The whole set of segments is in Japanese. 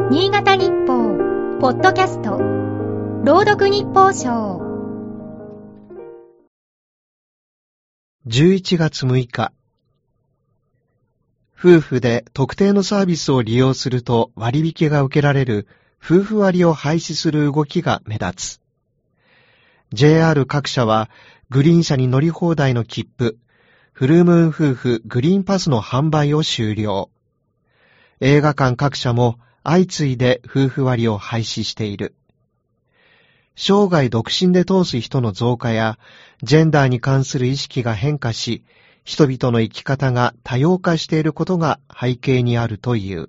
新潟日報ポッドキャスト朗読日報賞 11月6日、夫婦で特定のサービスを利用すると割引が受けられる夫婦割を廃止する動きが目立つ。JR 各社はグリーン車に乗り放題の切符、フルムーン夫婦グリーンパスの販売を終了。映画館各社も相次いで夫婦割を廃止している。生涯独身で通す人の増加や、ジェンダーに関する意識が変化し、人々の生き方が多様化していることが背景にあるという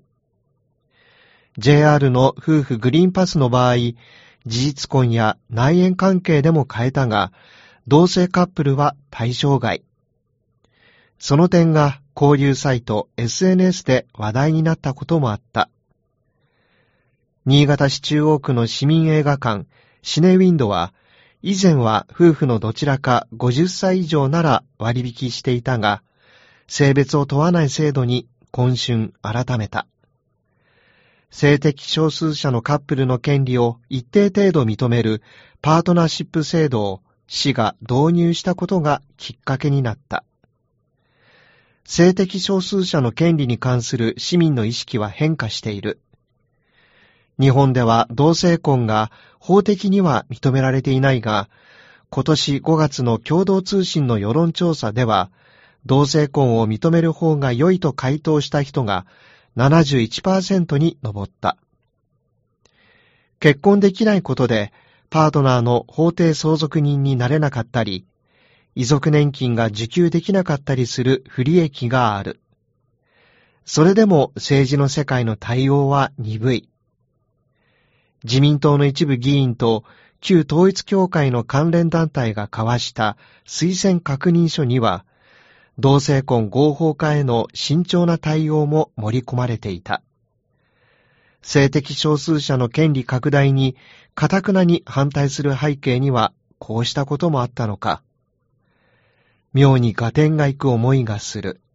。JR の夫婦グリーンパスの場合、事実婚や内縁関係でも変えたが、同性カップルは対象外。その点が交流サイト SNS で話題になったこともあった。新潟市中央区の市民映画館シネウィンドは、以前は夫婦のどちらか50歳以上なら割引していたが、性別を問わない制度に今春改めた。性的少数者のカップルの権利を一定程度認めるパートナーシップ制度を市が導入したことがきっかけになった。性的少数者の権利に関する市民の意識は変化している。日本では同性婚が法的には認められていないが、今年5月の共同通信の世論調査では、同性婚を認める方が良いと回答した人が 71% に上った。結婚できないことで、パートナーの法定相続人になれなかったり、遺族年金が受給できなかったりする不利益がある。それでも政治の世界の対応は鈍い。自民党の一部議員と旧統一教会の関連団体が交わした推薦確認書には、同性婚合法化への慎重な対応も盛り込まれていた。性的少数者の権利拡大に頑なに反対する背景にはこうしたこともあったのか。妙に合点がいく思いがする。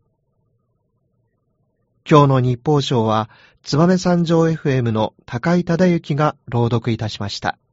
今日の日報賞は、燕三条 FM の高井忠之が朗読いたしました。